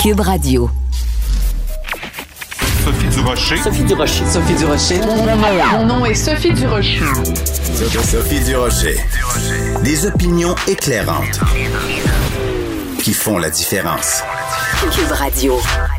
Cube Radio. Sophie Durocher. Sophie Durocher. Sophie Durocher. Mon nom est Sophie Durocher. Sophie Durocher. Des opinions éclairantes qui font la différence. Cube Radio.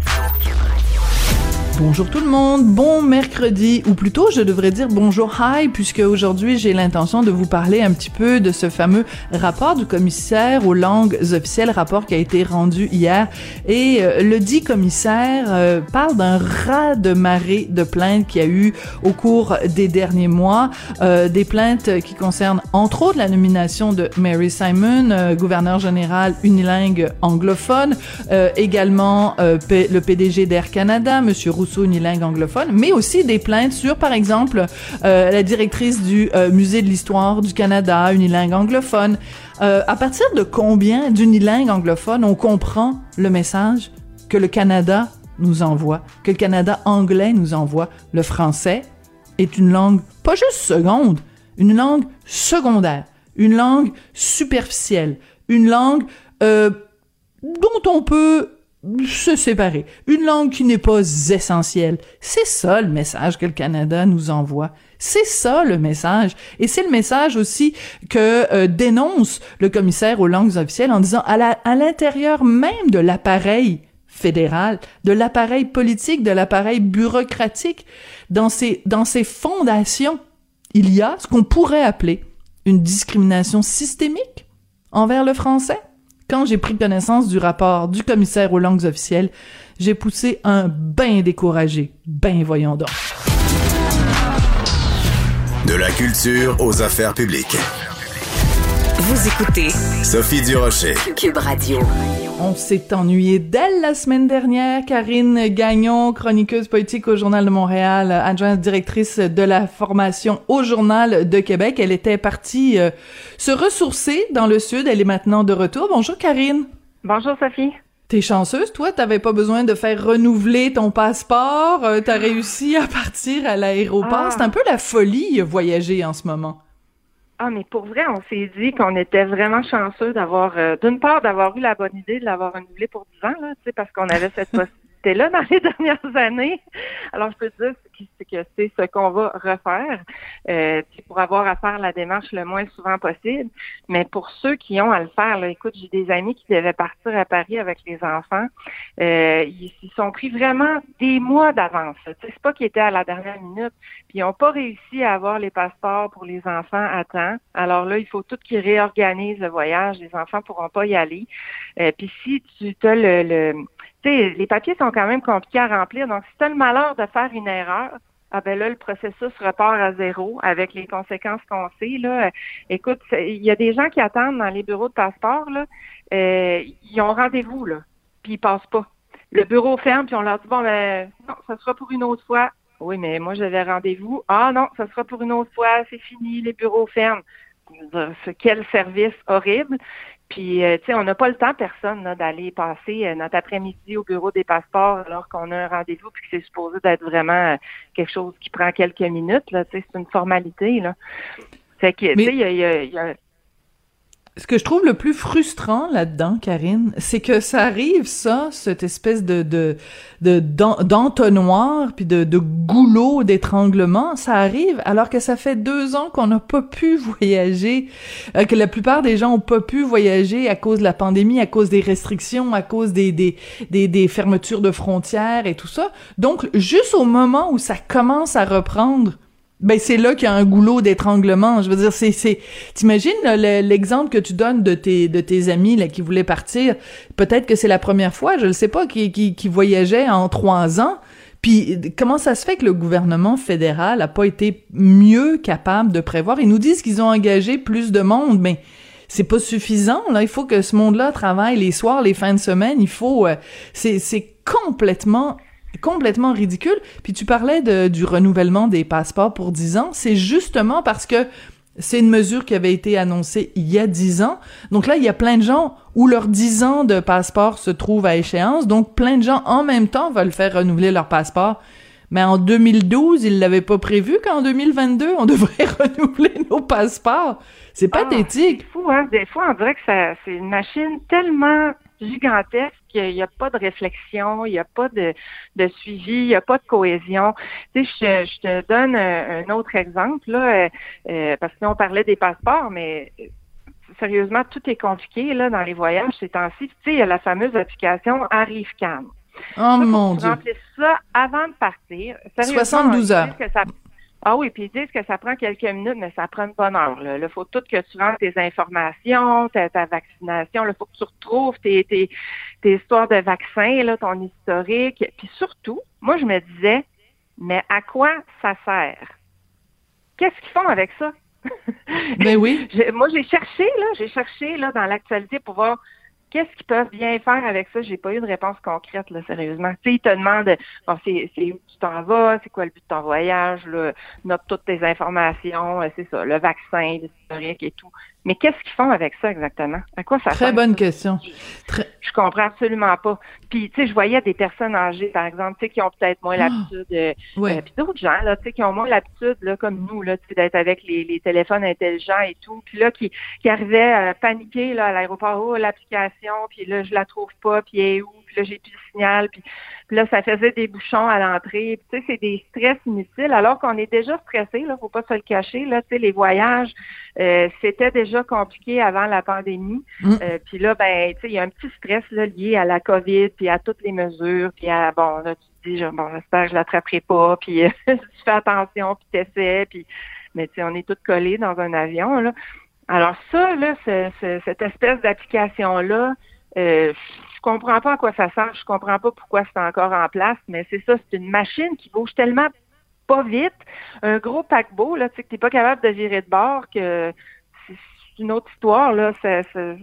Bonjour tout le monde, bon mercredi, ou plutôt je devrais dire bonjour hi, puisque aujourd'hui j'ai l'intention de vous parler un petit peu de ce fameux rapport du commissaire aux langues officielles, rapport qui a été rendu hier, et le dit commissaire parle d'un raz-de-marée de plaintes qu'il y a eu au cours des derniers mois, des plaintes qui concernent entre autres la nomination de Mary Simon, gouverneur général unilingue anglophone, également le PDG d'Air Canada, Monsieur Rousseau, unilingue anglophone, mais aussi des plaintes sur, par exemple, la directrice du Musée de l'Histoire du Canada, unilingue anglophone. À partir de combien d'unilingues anglophones on comprend le message que le Canada nous envoie, que le Canada anglais nous envoie? Le français est une langue pas juste seconde, une langue secondaire, une langue superficielle, une langue dont on peut se séparer. Une langue qui n'est pas essentielle. C'est ça le message que le Canada nous envoie. C'est ça le message. Et c'est le message aussi que dénonce le commissaire aux langues officielles en disant à l'intérieur même de l'appareil fédéral, de l'appareil politique, de l'appareil bureaucratique, dans ces fondations, il y a ce qu'on pourrait appeler une discrimination systémique envers le français. Quand j'ai pris connaissance du rapport du commissaire aux langues officielles, j'ai poussé un bain découragé. Ben voyons donc. De la culture aux affaires publiques. Vous écoutez Sophie Durocher. Cube Radio. On s'est ennuyé d'elle la semaine dernière. Karine Gagnon, chroniqueuse politique au Journal de Montréal, adjointe directrice de la formation au Journal de Québec. Elle était partie se ressourcer dans le Sud. Elle est maintenant de retour. Bonjour Karine. Bonjour Sophie. T'es chanceuse, toi, t'avais pas besoin de faire renouveler ton passeport. T'as réussi à partir à l'aéroport. C'est un peu la folie voyager en ce moment. Ah, mais pour vrai, on s'est dit qu'on était vraiment chanceux d'avoir, d'une part, d'avoir eu la bonne idée de l'avoir renouvelé pour 10 ans, là, tu sais, parce qu'on avait cette possibilité-là dans les dernières années. Alors, je peux te dire que c'est ce qu'on va refaire, pour avoir à faire la démarche le moins souvent possible. Mais pour ceux qui ont à le faire, là, écoute, j'ai des amis qui devaient partir à Paris avec les enfants. Ils sont pris vraiment des mois d'avance. Tu sais, c'est pas qu'ils étaient à la dernière minute. Puis ils n'ont pas réussi à avoir les passeports pour les enfants à temps. Alors là, il faut tout qu'ils réorganisent le voyage. Les enfants pourront pas y aller. Puis si tu as tu sais, les papiers sont quand même compliqués à remplir. Donc, si tu as le malheur de faire une erreur, ah ben là, le processus repart à zéro avec les conséquences qu'on sait. Là. Écoute, il y a des gens qui attendent dans les bureaux de passeport, là. Ils ont rendez-vous, là, puis ils passent pas. Le bureau ferme, puis on leur dit, bon, ben, non, ça sera pour une autre fois. Oui, mais moi, j'avais rendez-vous. Ah non, ça sera pour une autre fois, c'est fini, les bureaux ferment. Quel service horrible. Puis, tu sais, on n'a pas le temps, personne, là, d'aller passer notre après-midi au bureau des passeports alors qu'on a un rendez-vous puis que c'est supposé d'être vraiment quelque chose qui prend quelques minutes, là, tu sais, c'est une formalité, là. Fait que, tu sais, il y a Ce que je trouve le plus frustrant là-dedans, Karine, c'est que ça arrive, ça, cette espèce d'entonnoir puis de goulot d'étranglement, ça arrive alors que ça fait 2 ans qu'on n'a pas pu voyager, que la plupart des gens ont pas pu voyager à cause de la pandémie, à cause des restrictions, à cause des fermetures de frontières et tout ça. Donc, juste au moment où ça commence à reprendre, ben c'est là qu'il y a un goulot d'étranglement. Je veux dire, t'imagines là, l'exemple que tu donnes de tes amis là qui voulaient partir. Peut-être que c'est la première fois, je ne sais pas, qui voyageaient en 3 ans. Puis comment ça se fait que le gouvernement fédéral a pas été mieux capable de prévoir? Ils nous disent qu'ils ont engagé plus de monde, mais c'est pas suffisant. Là, il faut que ce monde-là travaille les soirs, les fins de semaine. Il faut, c'est complètement ridicule. Puis tu parlais du renouvellement des passeports pour 10 ans. C'est justement parce que c'est une mesure qui avait été annoncée il y a 10 ans. Donc là, il y a plein de gens où leurs 10 ans de passeport se trouvent à échéance. Donc plein de gens en même temps veulent faire renouveler leur passeport. Mais en 2012, ils l'avaient pas prévu qu'en 2022, on devrait renouveler nos passeports. C'est pathétique. C'est fou, hein? Des fois, on dirait que c'est une machine tellement gigantesque, il n'y a pas de réflexion, il n'y a pas de suivi, il n'y a pas de cohésion. Tu sais, je te donne un autre exemple, là, parce que là, on parlait des passeports, mais sérieusement, tout est compliqué là dans les voyages ces temps-ci. Tu sais, il y a la fameuse application ArriveCan. Oh mon Dieu! Tu remplis ça avant de partir. Sérieusement, 72 heures. Ah oui, puis ils disent que ça prend quelques minutes, mais ça prend une bonne heure. Là, faut tout que tu rentres tes informations, ta vaccination. Il faut que tu retrouves tes histoires de vaccins, là, ton historique. Puis surtout, moi, je me disais, mais à quoi ça sert? Qu'est-ce qu'ils font avec ça? Ben oui. Moi, j'ai cherché là dans l'actualité pour voir qu'est-ce qu'ils peuvent bien faire avec ça. J'ai pas eu de réponse concrète, là, sérieusement. Tu sais, ils te demandent, bon, c'est où tu t'en vas, c'est quoi le but de ton voyage, là, note toutes tes informations, c'est ça, le vaccin, l'historique et tout. Mais qu'est-ce qu'ils font avec ça exactement? À quoi ça sert? Très bonne question. Je comprends absolument pas. Puis, tu sais, je voyais des personnes âgées, par exemple, tu sais, qui ont peut-être moins l'habitude, puis d'autres gens, là, tu sais, qui ont moins l'habitude, là, comme nous, là, tu sais, d'être avec les téléphones intelligents et tout, puis là, qui arrivaient à paniquer, là, à l'aéroport, oh, l'application, puis là, je la trouve pas, puis elle est où? Puis là, j'ai plus de signal, puis là, ça faisait des bouchons à l'entrée. Puis, tu sais, c'est des stress inutiles, alors qu'on est déjà stressé, là, faut pas se le cacher, là, tu sais, les voyages, c'était déjà compliqué avant la pandémie. Puis là, ben, tu sais, il y a un petit stress, là, lié à la COVID, puis à toutes les mesures, puis à, bon, là, tu te dis, bon, j'espère que je l'attraperai pas, puis tu fais attention, puis t'essaies, puis, mais tu sais, on est tous collés dans un avion, là. Alors ça, là, cette espèce d'application-là, je comprends pas à quoi ça sert, je comprends pas pourquoi c'est encore en place, mais c'est ça, c'est une machine qui bouge tellement pas vite, un gros paquebot, là, tu sais, que t'es pas capable de virer de bord, que c'est une autre histoire, là, je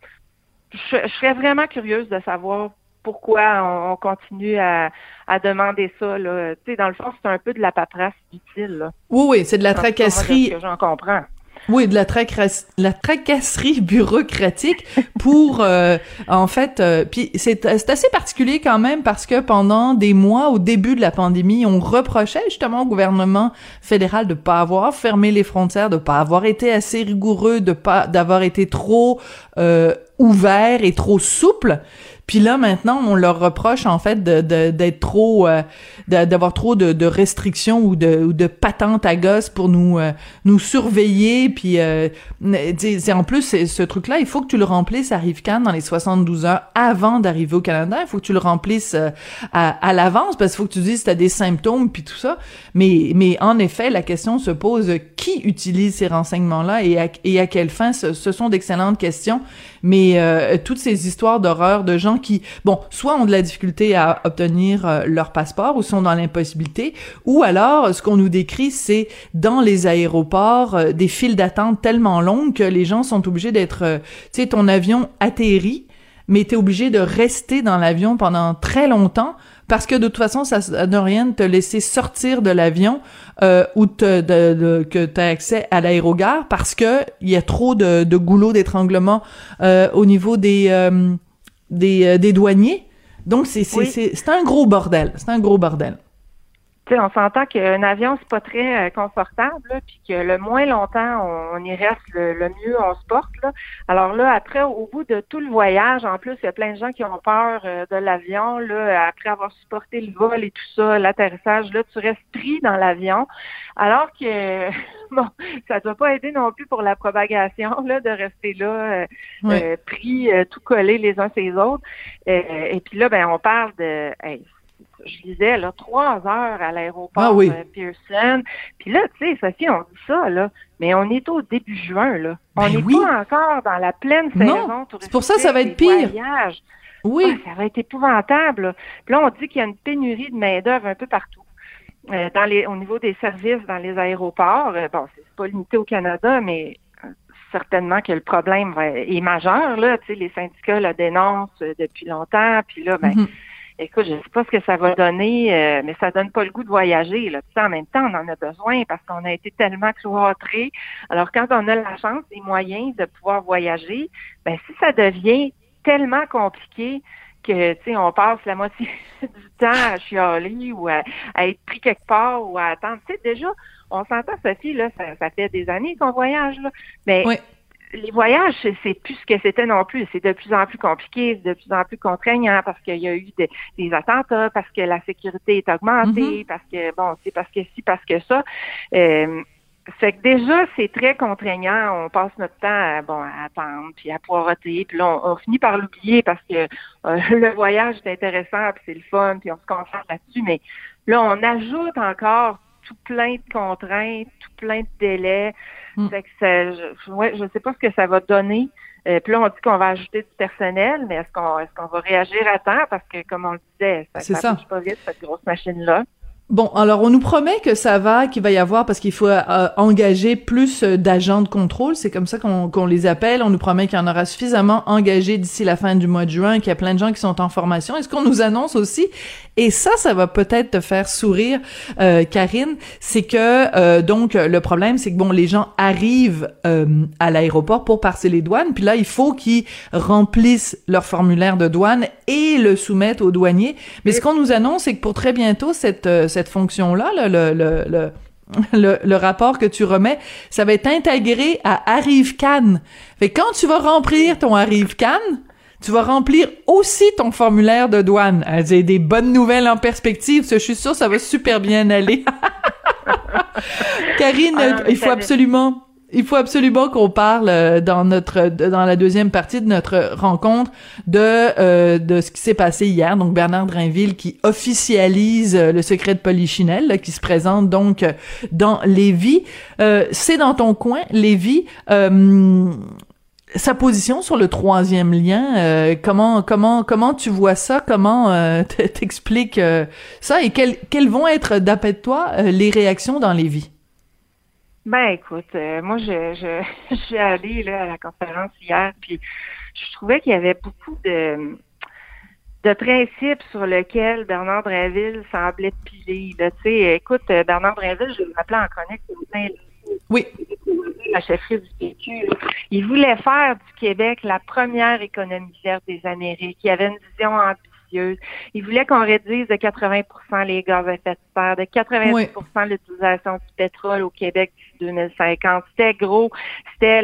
serais vraiment curieuse de savoir pourquoi on continue à demander ça, là. Tu sais, dans le fond, c'est un peu de la paperasse utile, là. Oui, c'est de la tracasserie. C'est ce que j'en comprends. Oui, de la tracasserie bureaucratique pour, en fait, puis c'est assez particulier quand même parce que pendant des mois, au début de la pandémie, on reprochait justement au gouvernement fédéral de pas avoir fermé les frontières, de pas avoir été assez rigoureux, d'avoir été trop ouvert et trop souple. Puis là, maintenant, on leur reproche, en fait, d'être trop, d'avoir trop de restrictions ou de patentes à gosse pour nous surveiller. Puis, c'est en plus, ce truc-là, il faut que tu le remplisses à ArriveCan dans les 72 heures avant d'arriver au Canada. Il faut que tu le remplisses à l'avance parce qu'il faut que tu dises si t'as des symptômes puis tout ça. Mais en effet, la question se pose, qui utilise ces renseignements-là et à quelle fin? Ce sont d'excellentes questions. Mais toutes ces histoires d'horreur de gens qui, bon, soit ont de la difficulté à obtenir leur passeport ou sont dans l'impossibilité, ou alors, ce qu'on nous décrit, c'est dans les aéroports, des files d'attente tellement longues que les gens sont obligés d'être, tu sais, ton avion atterrit, mais t'es obligé de rester dans l'avion pendant très longtemps parce que de toute façon, ça ne rien de te laisser sortir de l'avion ou que tu as accès à l'aérogare parce que il y a trop de goulots d'étranglement au niveau des douaniers. Donc c'est un gros bordel, c'est un gros bordel. Tu sais, on s'entend qu'un avion, c'est pas très confortable, là, puis que le moins longtemps on y reste, le mieux on se porte, là. Alors là, après, au bout de tout le voyage, en plus, il y a plein de gens qui ont peur de l'avion, là, après avoir supporté le vol et tout ça, l'atterrissage, là, tu restes pris dans l'avion, alors que, bon, ça doit pas aider non plus pour la propagation, là, de rester là, pris, tout collé les uns sur les autres. Et puis là, ben, on parle de... je lisais, là, 3 heures à l'aéroport Pearson. Puis là, tu sais, Sophie, on dit ça, là, mais on est au début juin, là. On n'est pas encore dans la pleine saison touristique. C'est pour ça que ça va être pire. Voyages. Oui. Ouais, ça va être épouvantable, là. Puis là, on dit qu'il y a une pénurie de main-d'œuvre un peu partout. Au niveau des services dans les aéroports, bon, c'est pas limité au Canada, mais certainement que le problème est majeur, là. Tu sais, les syndicats le dénoncent depuis longtemps, puis là, ben... Écoute, je sais pas ce que ça va donner, mais ça donne pas le goût de voyager, là. Puis en même temps, on en a besoin parce qu'on a été tellement cloîtrés. Alors, quand on a la chance, les moyens de pouvoir voyager, ben si ça devient tellement compliqué que, tu sais, on passe la moitié du temps à chialer ou à être pris quelque part ou à attendre. Tu sais, déjà, on s'entend, Sophie, là, ça fait des années qu'on voyage, là. Mais les voyages, c'est plus ce que c'était non plus. C'est de plus en plus compliqué, c'est de plus en plus contraignant parce qu'il y a eu des attentats, parce que la sécurité est augmentée, parce que, c'est parce que ci, parce que ça. Fait que déjà, c'est très contraignant. On passe notre temps à attendre, puis à poireauter, puis là, on finit par l'oublier parce que le voyage est intéressant, puis c'est le fun, puis on se concentre là-dessus. Mais là, on ajoute encore tout plein de contraintes, tout plein de délais. Fait que je sais pas ce que ça va donner. Puis là, on dit qu'on va ajouter du personnel, mais est-ce qu'on va réagir à temps? Parce que, comme on le disait, ça bouge pas vite, cette grosse machine-là. Bon, alors on nous promet que qu'il va y avoir, parce qu'il faut engager plus d'agents de contrôle, c'est comme ça qu'on les appelle. On nous promet qu'il y en aura suffisamment engagés d'ici la fin du mois de juin, qu'il y a plein de gens qui sont en formation. Et ce qu'on nous annonce aussi, et ça va peut-être te faire sourire, Karine, c'est que donc le problème, c'est que les gens arrivent à l'aéroport pour passer les douanes, puis là il faut qu'ils remplissent leur formulaire de douane et le soumettent aux douaniers. Mais ce qu'on nous annonce, c'est que pour très bientôt cette fonction-là, le rapport que tu remets, ça va être intégré à ArriveCan. Fait que quand tu vas remplir ton ArriveCan, tu vas remplir aussi ton formulaire de douane. J'ai des bonnes nouvelles en perspective, je suis sûre que ça va super bien aller. Karine, il faut absolument qu'on parle dans la deuxième partie de notre rencontre de ce qui s'est passé hier. Donc Bernard Drainville qui officialise le secret de Polichinelle, là, qui se présente donc dans Lévis. C'est dans ton coin, Lévis. Sa position sur le troisième lien, comment tu vois ça? Comment t'expliques ça? Et quelles vont être, d'après toi, les réactions dans Lévis? Écoute, moi, je suis allée là, à la conférence hier, puis je trouvais qu'il y avait beaucoup de principes sur lesquels Bernard Drainville semblait piler. Tu sais, écoute, Bernard Drainville, je l'appelais en chronique ce matin. Oui. La chefferie du PQ. Il voulait faire du Québec la première économie verte des Amériques. Il avait une vision ambitieuse. Il voulait qu'on réduise de 80% les gaz à effet de serre, de 90% l'utilisation du pétrole au Québec d'ici 2050. C'était gros. C'était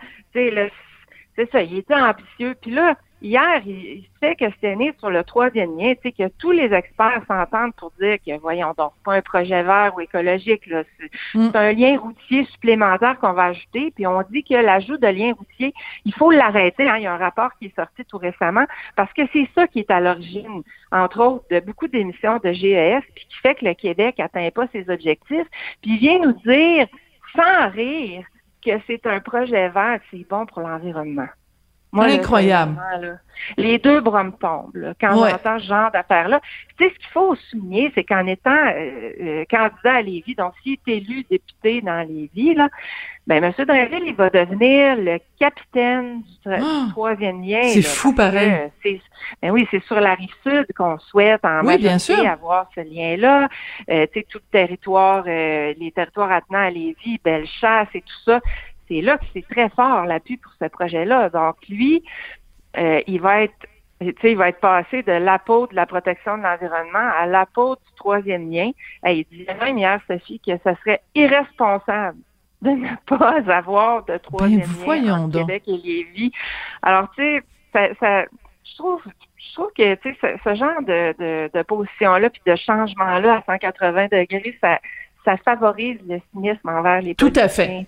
c'est ça. Il était ambitieux. Puis là, hier, il fait questionner sur le troisième lien, tu sais, que tous les experts s'entendent pour dire que, voyons donc, c'est pas un projet vert ou écologique, là. C'est un lien routier supplémentaire qu'on va ajouter, puis on dit que l'ajout de liens routiers, il faut l'arrêter, hein. Il y a un rapport qui est sorti tout récemment, parce que c'est ça qui est à l'origine, entre autres, de beaucoup d'émissions de GES, puis qui fait que le Québec atteint pas ses objectifs, puis il vient nous dire, sans rire, que c'est un projet vert, c'est bon pour l'environnement. Moi, incroyable. Les deux bras me tombent là, quand j'entends ce genre d'affaires-là. Tu sais, ce qu'il faut souligner, c'est qu'en étant candidat à Lévis, donc s'il est élu député dans Lévis, là, M. Drainville, il va devenir le capitaine du troisième lien. C'est fou pareil. Oui, c'est sur la Rive-Sud qu'on souhaite en majorité avoir ce lien-là. Tu sais, tout le territoire, les territoires attenants à Lévis, Bellechasse et tout ça. C'est là que c'est très fort l'appui pour ce projet-là. Donc lui, il va être passé de l'apôtre de la protection de l'environnement à l'apôtre du troisième lien. Il disait même hier, Sophie, que ce serait irresponsable de ne pas avoir de troisième lien entre Québec et Lévis. Alors, tu sais, je trouve que tu sais, ce genre de position-là puis de changement-là à 180 degrés, ça favorise le cynisme envers les politiciens. Tout à fait.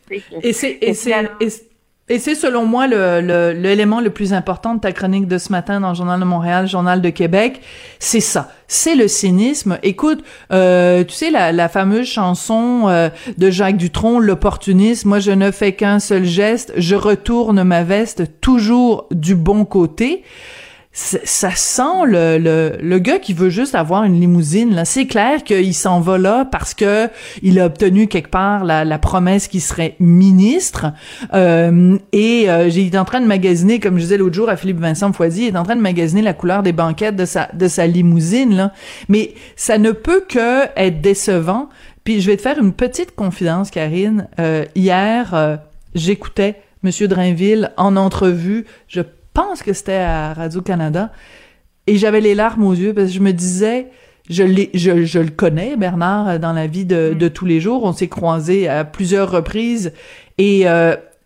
Et c'est selon moi l'élément le plus important de ta chronique de ce matin dans le Journal de Montréal, Journal de Québec, c'est ça. C'est le cynisme. Écoute, tu sais la fameuse chanson de Jacques Dutronc, l'opportunisme, moi je ne fais qu'un seul geste, je retourne ma veste toujours du bon côté. Ça sent le gars qui veut juste avoir une limousine là. C'est clair qu'il s'en va là parce que il a obtenu quelque part la promesse qu'il serait ministre. Il est en train de magasiner, comme je disais l'autre jour à Philippe Vincent Foisy, il est en train de magasiner la couleur des banquettes de sa limousine là. Mais ça ne peut que être décevant. Puis je vais te faire une petite confidence, Karine. Hier, j'écoutais Monsieur Drainville en entrevue. Je pense que c'était à Radio-Canada, et j'avais les larmes aux yeux parce que je me disais, je le connais, Bernard, dans la vie de tous les jours, on s'est croisés à plusieurs reprises, et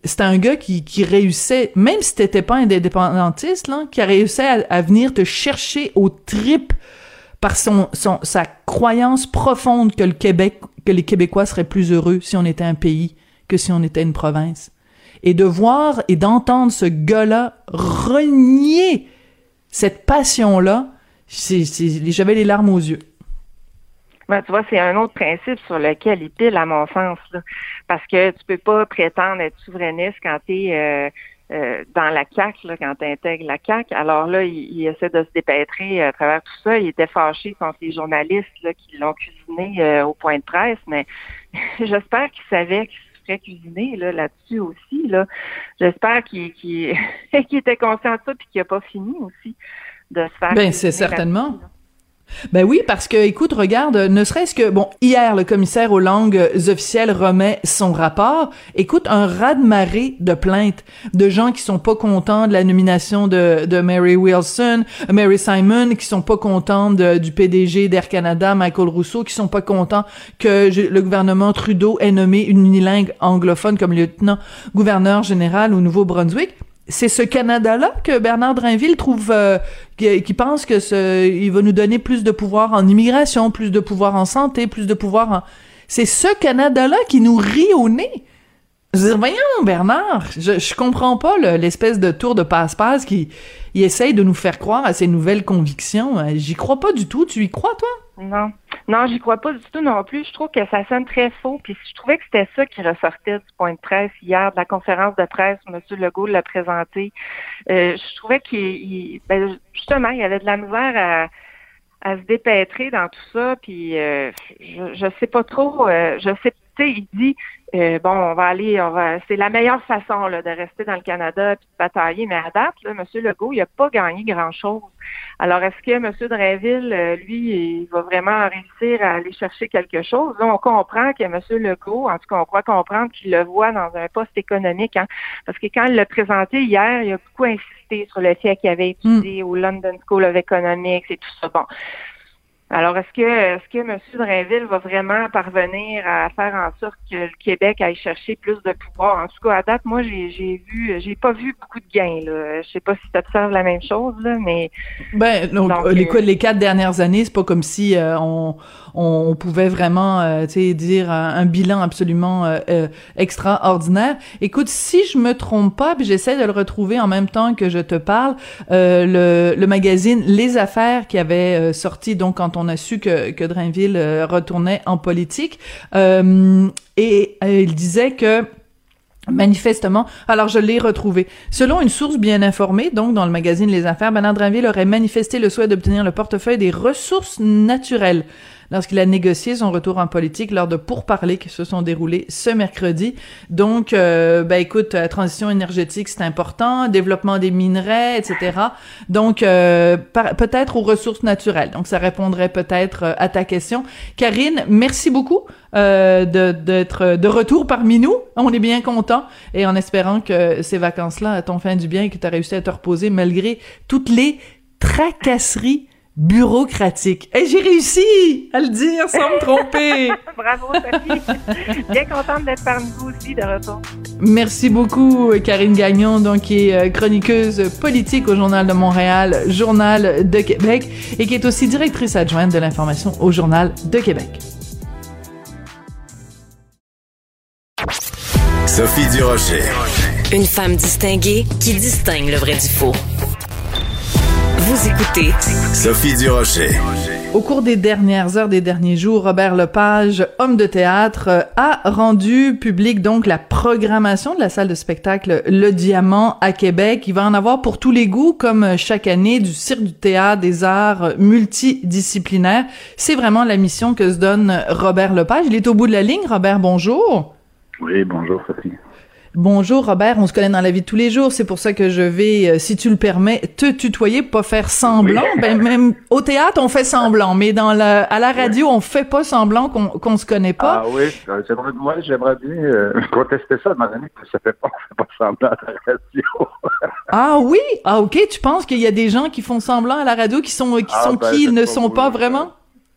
c'était un gars qui réussissait, même si t'étais pas indépendantiste, là, qui a réussi à venir te chercher aux tripes par sa croyance profonde que les Québécois seraient plus heureux si on était un pays que si on était une province. Et de voir et d'entendre ce gars-là renier cette passion-là, j'avais les larmes aux yeux. Ben, tu vois, c'est un autre principe sur lequel il pile, à mon sens, là. Parce que tu peux pas prétendre être souverainiste quand t'es dans la CAQ, là, quand t'intègres la CAQ. Alors là, il essaie de se dépêtrer à travers tout ça. Il était fâché contre les journalistes là, qui l'ont cuisiné au point de presse, mais j'espère qu'il savait qu'il se ferait cuisiner là-dessus aussi. Là. J'espère qu'il était conscient de ça puis qu'il n'a pas fini aussi de se faire. Ben, c'est certainement. Ben oui, parce que, écoute, regarde, ne serait-ce que, bon, hier, le commissaire aux langues officielles remet son rapport. Écoute, un raz-de-marée de plaintes de gens qui sont pas contents de la nomination de Mary Simon, qui sont pas contents du PDG d'Air Canada, Michael Rousseau, qui sont pas contents que le gouvernement Trudeau ait nommé une unilingue anglophone comme lieutenant-gouverneur général au Nouveau-Brunswick. C'est ce Canada-là que Bernard Drainville trouve qui pense que il va nous donner plus de pouvoir en immigration, plus de pouvoir en santé, plus de pouvoir en... C'est ce Canada-là qui nous rit au nez. Je veux dire, voyons, Bernard, je comprends pas l'espèce de tour de passe-passe qui essaye de nous faire croire à ses nouvelles convictions. J'y crois pas du tout. Tu y crois, toi? Non, j'y crois pas du tout non plus. Je trouve que ça sonne très faux. Puis je trouvais que c'était ça qui ressortait du point de presse hier, de la conférence de presse où M. Legault l'a présenté. Je trouvais justement, il y avait de la misère à se dépêtrer dans tout ça. Puis je sais pas trop. Il dit c'est la meilleure façon là, de rester dans le Canada et de batailler, mais à date, là, M. Legault, il n'a pas gagné grand-chose. Alors, est-ce que M. Drainville, lui, il va vraiment réussir à aller chercher quelque chose? Là, on comprend que M. Legault, en tout cas, on croit comprendre qu'il le voit dans un poste économique, hein, parce que quand il l'a présenté hier, il a beaucoup insisté sur le fait qu'il avait étudié au London School of Economics et tout ça. Bon. Alors, est-ce que M. Drainville va vraiment parvenir à faire en sorte que le Québec aille chercher plus de pouvoir? En tout cas, à date, moi, j'ai pas vu beaucoup de gains, là. Je sais pas si tu observes la même chose, là, mais... Ben, donc les 4 dernières années, c'est pas comme si on pouvait vraiment, dire un bilan absolument extraordinaire. Écoute, si je me trompe pas, puis j'essaie de le retrouver en même temps que je te parle, le magazine Les Affaires qui avait sorti, donc, quand on a su que Drainville retournait en politique, et il disait que manifestement, alors je l'ai retrouvé. Selon une source bien informée, donc dans le magazine Les Affaires, Bernard Drainville aurait manifesté le souhait d'obtenir le portefeuille des ressources naturelles lorsqu'il a négocié son retour en politique lors de pourparlers qui se sont déroulés ce mercredi. Donc, écoute, la transition énergétique, c'est important, développement des minerais, etc. Donc, peut-être aux ressources naturelles. Donc, ça répondrait peut-être à ta question. Karine, merci beaucoup d'être de retour parmi nous. On est bien contents et en espérant que ces vacances-là t'ont fait du bien et que tu as réussi à te reposer malgré toutes les tracasseries bureaucratique. Et j'ai réussi à le dire sans me tromper. Bravo, Sophie. Bien contente d'être parmi vous aussi de retour. Merci beaucoup, Karine Gagnon, donc, qui est chroniqueuse politique au Journal de Montréal, Journal de Québec, et qui est aussi directrice adjointe de l'information au Journal de Québec. Sophie Durocher. Une femme distinguée qui distingue le vrai du faux. Vous écoutez Sophie Durocher. Au cours des dernières heures, des derniers jours, Robert Lepage, homme de théâtre, a rendu public donc la programmation de la salle de spectacle Le Diamant à Québec. Il va en avoir pour tous les goûts, comme chaque année, du cirque, du théâtre, des arts multidisciplinaires. C'est vraiment la mission que se donne Robert Lepage. Il est au bout de la ligne. Robert, bonjour. Oui, bonjour Sophie. Bonjour Robert, on se connaît dans la vie de tous les jours, c'est pour ça que je vais, si tu le permets, te tutoyer, pas faire semblant. Oui. Ben même au théâtre on fait semblant, mais à la radio on fait pas semblant qu'on se connaît pas. Ah oui, moi j'aimerais bien contester ça, mais que ça fait pas, on fait pas semblant à la radio. Ah oui, ah ok, tu penses qu'il y a des gens qui font semblant à la radio qui ils ne sont pas vraiment?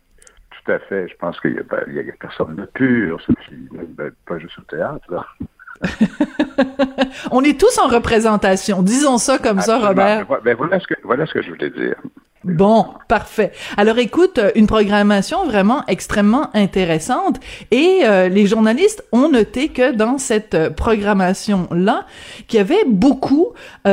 Tout à fait, je pense qu'il y a personne de pur, pas juste au théâtre là. On est tous en représentation, disons ça comme Absolument. ça, Robert. Ben, voilà ce que je voulais dire. Bon, parfait. Alors écoute, une programmation vraiment extrêmement intéressante et les journalistes ont noté que dans cette programmation-là, qu'il y avait beaucoup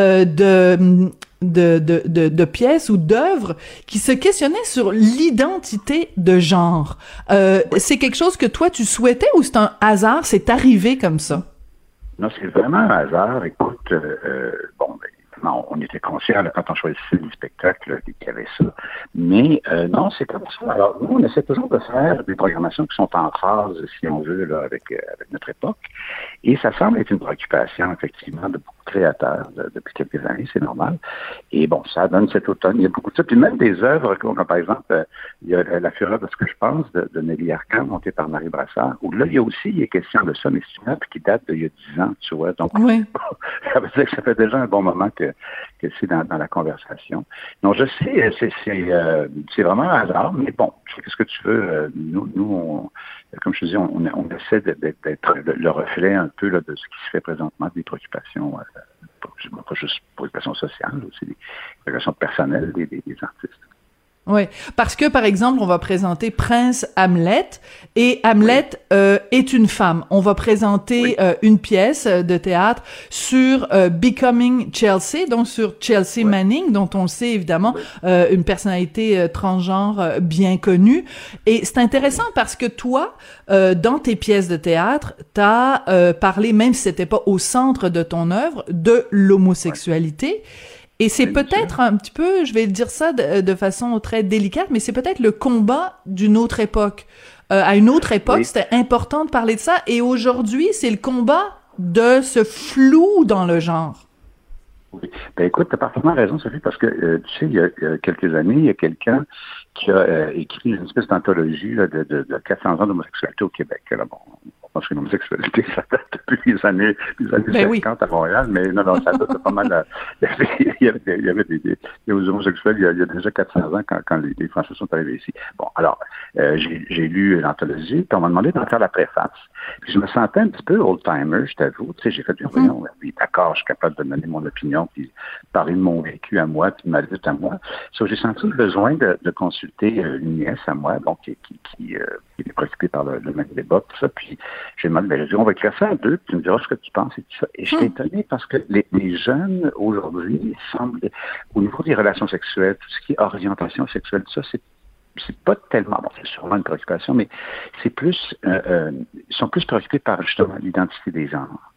de pièces ou d'œuvres qui se questionnaient sur l'identité de genre. C'est quelque chose que toi tu souhaitais ou c'est un hasard, c'est arrivé comme ça? Non, c'est vraiment un hasard. Écoute, non, on était conscients là, quand on choisissait les spectacles qu'il y avait ça. Mais non, c'est comme ça. Alors, nous, on essaie toujours de faire des programmations qui sont en phase, si on veut, là, avec notre époque. Et ça semble être une préoccupation, effectivement, de beaucoup de créateurs depuis quelques années, c'est normal. Et bon, ça donne cet automne, il y a beaucoup de ça. Puis même des œuvres, comme par exemple, il y a La Fureur de ce que je pense, de Nelly Arcan, montée par Marie Brassard, où là, il y a aussi question de ça, mais c'est une œuvre qui date d'il y a 10 ans, tu vois. Donc, oui. Ça veut dire que ça fait déjà un bon moment que c'est dans la conversation. Donc, je sais, c'est vraiment un hasard, mais bon, qu'est-ce que tu veux? Nous, comme je te dis, on essaie d'être le reflet un peu là, de ce qui se fait présentement, des préoccupations, pas juste préoccupations sociales, aussi des préoccupations personnelles des artistes. Oui, parce que, par exemple, on va présenter Prince Hamlet, et Hamlet est une femme. On va présenter une pièce de théâtre sur Becoming Chelsea, donc sur Chelsea Manning, dont on sait évidemment une personnalité transgenre bien connue. Et c'est intéressant parce que toi, dans tes pièces de théâtre, t'as parlé, même si c'était pas au centre de ton œuvre, de l'homosexualité. Et c'est peut-être un petit peu, je vais dire ça de façon très délicate, mais c'est peut-être le combat d'une autre époque. À une autre époque, c'était important de parler de ça, et aujourd'hui, c'est le combat de ce flou dans le genre. Oui. Ben écoute, t'as parfaitement raison, Sophie, parce que, tu sais, il y a quelques années, il y a quelqu'un qui a écrit une espèce d'anthologie là, de 400 ans d'homosexualité au Québec. Là, bon, parce que l'homosexualité, ça date depuis les années 50 à Montréal, mais non, ça date pas mal. Il y avait des homosexuels il y a déjà 400 ans quand les Français sont arrivés ici. Bon, alors, j'ai lu l'anthologie, puis on m'a demandé d'en faire la préface. Puis je me sentais un petit peu old-timer, je t'avoue. Tu sais, j'ai fait du voyons, oui, d'accord, je suis capable de donner mon opinion, puis parler de mon vécu à moi, puis de ma lutte à moi. So, j'ai senti le besoin de consulter une nièce à moi, bon, qui est préoccupée par le même débat, tout ça, puis j'ai demandé, on va écrire ça à deux, puis tu me diras ce que tu penses et tout ça. Et je suis étonné parce que les jeunes, aujourd'hui, semblent, au niveau des relations sexuelles, tout ce qui est orientation sexuelle, tout ça, c'est pas tellement, bon, c'est sûrement une préoccupation, mais c'est plus, ils sont plus préoccupés par, justement, l'identité des genres.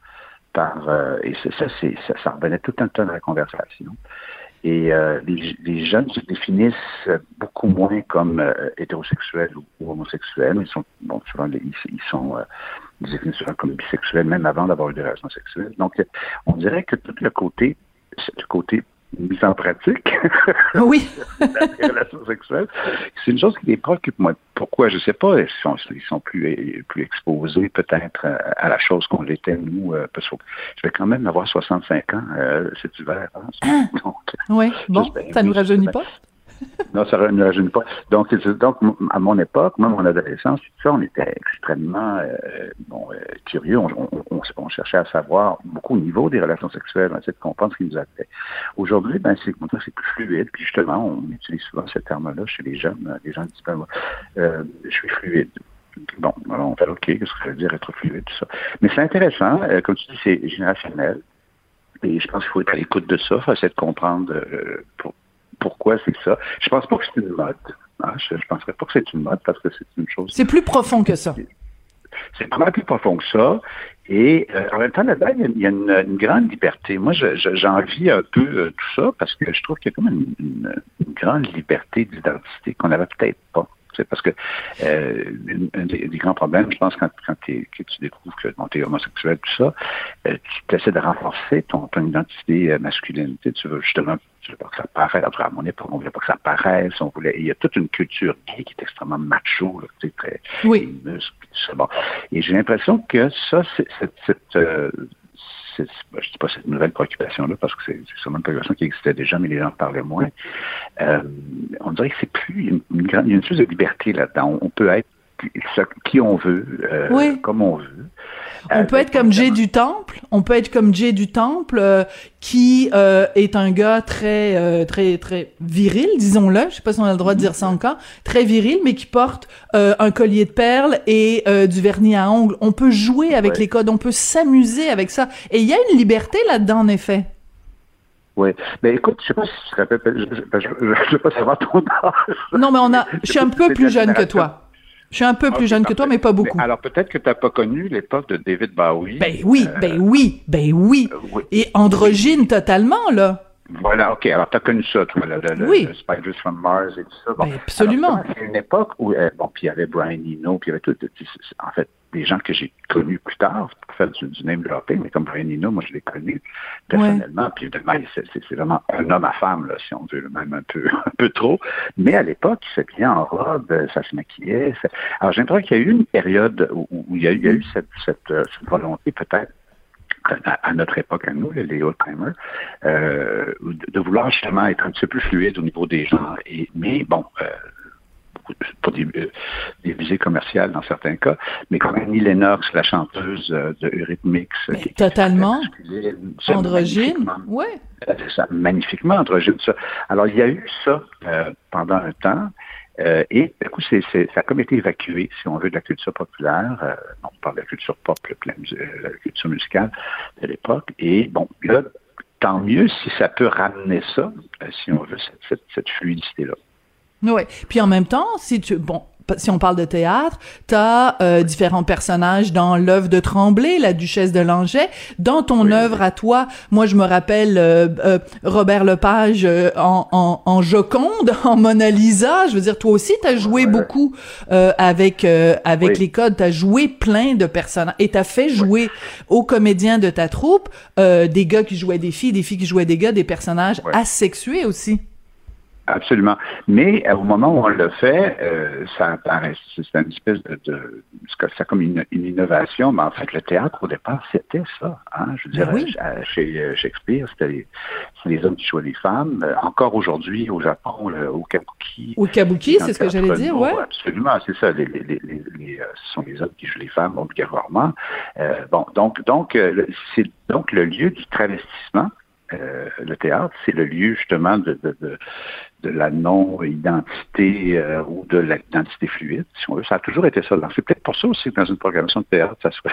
Et ça revenait tout un temps dans la conversation. Et les jeunes se définissent beaucoup moins comme hétérosexuels ou homosexuels. Ils sont, bon, souvent, ils se définissent souvent comme bisexuels, même avant d'avoir eu des relations sexuelles. Donc, on dirait que tout le côté mise en pratique oui. des relations sexuelles, c'est une chose qui les préoccupe. Moi, pourquoi? Je sais pas. Ils sont plus exposés peut-être à la chose qu'on l'était, nous, parce que je vais quand même avoir 65 ans cet hiver. Hein. Donc, oui, bon, ça nous rajeunit pas? Non, ça ne rajeunit pas. Donc, à mon époque, même mon adolescence, tout ça, on était extrêmement curieux. On cherchait à savoir beaucoup au niveau des relations sexuelles, on essayait de comprendre ce qui nous attendait. Aujourd'hui, c'est plus fluide. Puis justement, on utilise souvent ce terme-là chez les jeunes. Les gens disent, je suis fluide. Bon, alors on fait OK, qu'est-ce que ça veut dire être fluide, tout ça. Mais c'est intéressant. Comme tu dis, c'est générationnel. Et je pense qu'il faut être à l'écoute de ça, faut essayer de comprendre pourquoi c'est ça. Je pense pas que c'est une mode. Hein? Je penserais pas que c'est une mode parce que c'est une chose... C'est plus profond que ça. C'est pas mal plus profond que ça. Et en même temps, là-dedans, il y a une grande liberté. Moi, j'envie un peu tout ça parce que je trouve qu'il y a comme une grande liberté d'identité qu'on n'avait peut-être pas. C'est parce que un des grands problèmes, je pense, quand tu découvres que tu es homosexuel, tout ça, tu essaies de renforcer ton identité masculine. Tu veux justement, tu veux pas que ça paraisse. À mon époque, on voulait pas que ça paraisse. Il y a toute une culture gay qui est extrêmement macho, là, très muscles, tout ça. Bon. Et j'ai l'impression que ça, je ne dis pas cette nouvelle préoccupation-là, parce que c'est sûrement une préoccupation qui existait déjà, mais les gens en parlaient moins. On dirait que c'est plus il y a une chose de liberté là-dedans. On peut être qui on veut, comme on veut. On peut être comme Jay du Temple. On peut être comme Jay du Temple, qui est un gars très viril, disons-le. Je sais pas si on a le droit de dire ça encore. Très viril, mais qui porte un collier de perles et du vernis à ongles. On peut jouer avec les codes. On peut s'amuser avec ça. Et il y a une liberté là-dedans, en effet. Oui. Ben écoute, je sais pas si tu te rappelles, je veux pas savoir ton âge. Non, mais je suis un peu plus jeune que toi. Je suis un peu plus jeune que toi, mais pas beaucoup. Mais alors peut-être que tu n'as pas connu l'époque de David Bowie. Ben oui. Et androgyne totalement, là. Voilà, OK. Alors, tu as connu ça, toi, le Spiders from Mars et tout ça. Bon, ben, absolument. Alors, c'est une époque où, puis il y avait Brian Eno, puis il y avait en fait, des gens que j'ai connus plus tard, pour faire du name dropping, mais comme Brian Eno, moi, je l'ai connu personnellement, puis évidemment, c'est vraiment un homme à femme, là, si on veut, même un peu trop. Mais à l'époque, il s'habillait en robe, ça se maquillait. Alors, j'ai l'impression qu'il y a eu une période où il y a eu cette volonté, peut-être, à notre époque, à nous, les old-timers, de vouloir justement être un petit peu plus fluide au niveau des genres. Mais bon, pour des visées commerciales dans certains cas, mais comme Annie Lennox, la chanteuse de Eurythmics. Totalement androgyne, oui. C'est ça, magnifiquement androgyne, ça. Alors, il y a eu ça pendant un temps. Et du coup, ça a comme été évacué, si on veut, de la culture populaire. On parle de la culture pop, la culture musicale de l'époque. Et bon, là, tant mieux si ça peut ramener ça, si on veut, cette fluidité-là. Oui. Puis en même temps, si on parle de théâtre, t'as différents personnages dans l'œuvre de Tremblay, la Duchesse de Langeais. Dans ton œuvre à toi, moi je me rappelle Robert Lepage en Joconde, en Mona Lisa. Je veux dire, toi aussi t'as joué beaucoup avec les codes. T'as joué plein de personnages et t'as fait jouer aux comédiens de ta troupe des gars qui jouaient des filles qui jouaient des gars, des personnages asexués aussi. Absolument. Mais au moment où on le fait, ça apparaît. C'est une espèce c'est comme une innovation, mais en fait, le théâtre, au départ, c'était ça. Hein? Je veux dire, chez Shakespeare, c'est les hommes qui jouaient les femmes. Encore aujourd'hui, au Japon, au Kabuki. Au Kabuki, c'est ce que j'allais dire, oui. Absolument, c'est ça. Ce sont les hommes qui jouent les femmes, obligatoirement. Donc, c'est donc le lieu du travestissement. Le théâtre, c'est le lieu justement de la non-identité ou de l'identité fluide, si on veut. Ça a toujours été ça. C'est peut-être pour ça aussi que dans une programmation de théâtre,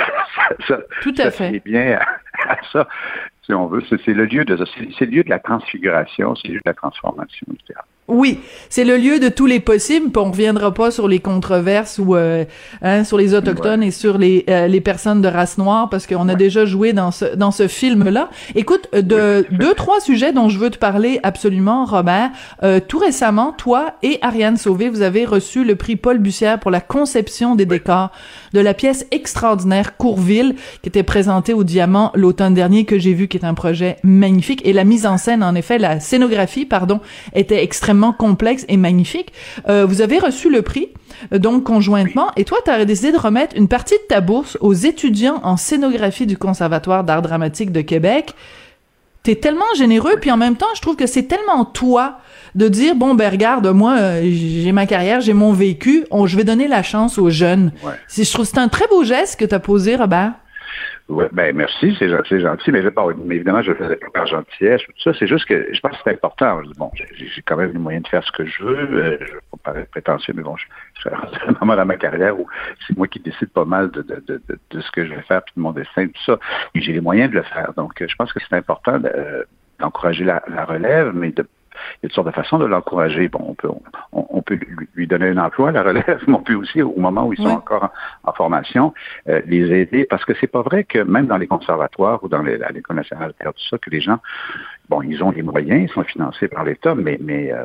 ça fait bien à ça, si on veut. C'est le lieu c'est le lieu de la transfiguration, c'est le lieu de la transformation du théâtre. Oui, c'est le lieu de tous les possibles, puis on reviendra pas sur les controverses ou sur les autochtones et sur les personnes de race noire, parce qu'on a déjà joué dans ce film-là. Écoute, deux, trois sujets dont je veux te parler absolument, Robert. Tout récemment, toi et Ariane Sauvé, vous avez reçu le prix Paul Bussière pour la conception des décors de la pièce extraordinaire Courville, qui était présentée au Diamant l'automne dernier, que j'ai vu, qui est un projet magnifique. Et la mise en scène, en effet, la scénographie, était extrêmement complexe et magnifique. Vous avez reçu le prix, donc conjointement, et toi, tu as décidé de remettre une partie de ta bourse aux étudiants en scénographie du Conservatoire d'art dramatique de Québec. T'es tellement généreux, puis en même temps, je trouve que c'est tellement toi de dire, regarde, moi, j'ai ma carrière, j'ai mon vécu, je vais donner la chance aux jeunes. Ouais. Je trouve que c'est un très beau geste que tu as posé, Robert. Oui, merci, c'est gentil, mais évidemment, je le faisais pas par gentillesse, tout ça. C'est juste que je pense que c'est important. J'ai quand même les moyens de faire ce que je veux. Je ne veux pas paraître prétentieux, mais je suis à un moment dans ma carrière où c'est moi qui décide pas mal de ce que je vais faire, puis de mon destin, tout ça. Et j'ai les moyens de le faire. Donc, je pense que c'est important d'encourager la relève, mais il y a toutes sortes de façons de l'encourager. Bon, on peut lui donner un emploi, la relève, mais on peut aussi, au moment où ils sont encore en formation, les aider, parce que c'est pas vrai que même dans les conservatoires ou à l'École nationale de théâtre, tout ça, que les gens, ils ont les moyens, ils sont financés par l'État, mais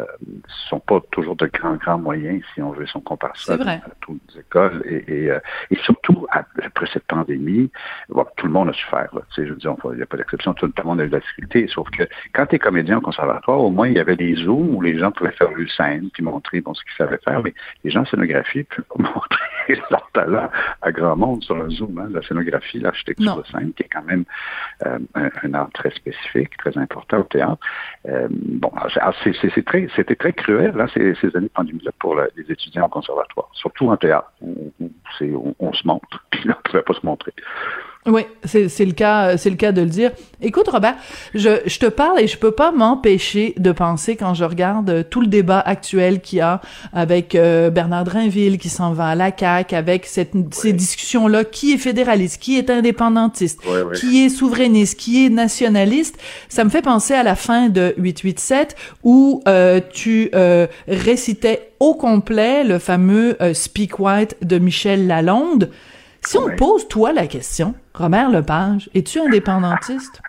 ce sont pas toujours de grands moyens, si on veut, si on compare ça à toutes les écoles. Et surtout, après cette pandémie, tout le monde a souffert. Je veux dire, il n'y a pas d'exception, tout le monde a eu de la difficulté, sauf que quand tu es comédien au conservatoire, au moins, il y avait des zooms où les gens pouvaient faire une scène, puis montrer ce qu'ils savaient faire, mais les gens en scénographie ne pouvaient pas montrer leur talent à grand monde sur un zoom. Hein. La scénographie, l'architecture de scène, qui est quand même un art très spécifique, très important au théâtre. C'était très cruel, hein, ces années de pandémie-là pour les étudiants au conservatoire, surtout en théâtre, où on se montre, puis là, on ne pouvait pas se montrer. Oui, c'est le cas de le dire. Écoute, Robert, je te parle et je peux pas m'empêcher de penser quand je regarde tout le débat actuel qu'il y a avec Bernard Drinville qui s'en va à la CAQ, avec ces discussions-là, qui est fédéraliste, qui est indépendantiste, qui est souverainiste, qui est nationaliste. Ça me fait penser à la fin de 887 où tu récitais au complet le fameux Speak White de Michel Lalonde. Si on pose, toi, la question, Robert Lepage, es-tu indépendantiste?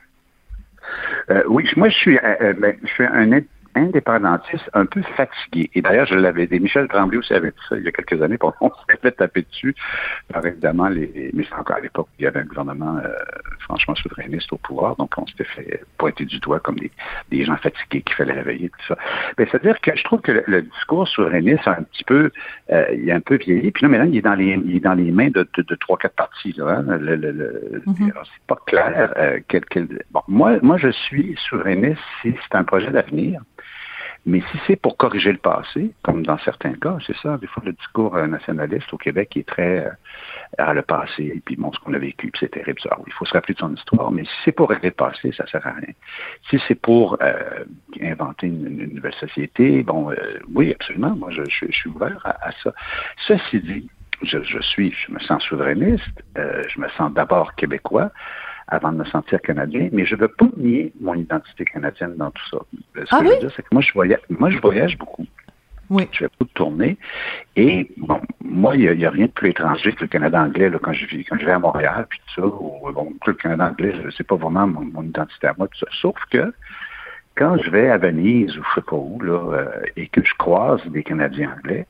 Oui, moi, je suis un indépendantiste un peu fatigué. Et d'ailleurs, je l'avais dit, Michel Tremblay aussi avait dit ça il y a quelques années, on s'est fait taper dessus par évidemment mais c'est encore à l'époque où il y avait un gouvernement franchement souverainiste au pouvoir, donc on s'était fait pointer du doigt comme des gens fatigués qu'il fallait réveiller, tout ça. Ben, c'est-à-dire que je trouve que le discours souverainiste a un petit peu, il est un peu vieilli, puis là, maintenant, il est dans les mains de 3-4 partis, là, hein? Alors, c'est pas clair. Bon, moi, je suis souverainiste si c'est un projet d'avenir. Mais si c'est pour corriger le passé, comme dans certains cas, c'est ça, des fois le discours nationaliste au Québec est très le passé, et puis bon, ce qu'on a vécu, puis c'est terrible, ça. Il faut se rappeler de son histoire, mais si c'est pour régler le passé, ça sert à rien. Si c'est pour inventer une nouvelle société, bon, oui, absolument, moi je suis ouvert à ça. Ceci dit, je me sens souverainiste, je me sens d'abord québécois, avant de me sentir canadien, mais je ne veux pas nier mon identité canadienne dans tout ça. Ce que je veux dire, c'est que moi, je voyage beaucoup. Oui. Je fais beaucoup de tournées. Et, bon, moi, il n'y a rien de plus étranger que le Canada anglais, là, quand je vais à Montréal, puis tout ça, ou, bon, le Canada anglais, c'est pas vraiment mon identité à moi, tout ça. Sauf que, quand je vais à Venise, ou je sais pas où, là, et que je croise des Canadiens anglais,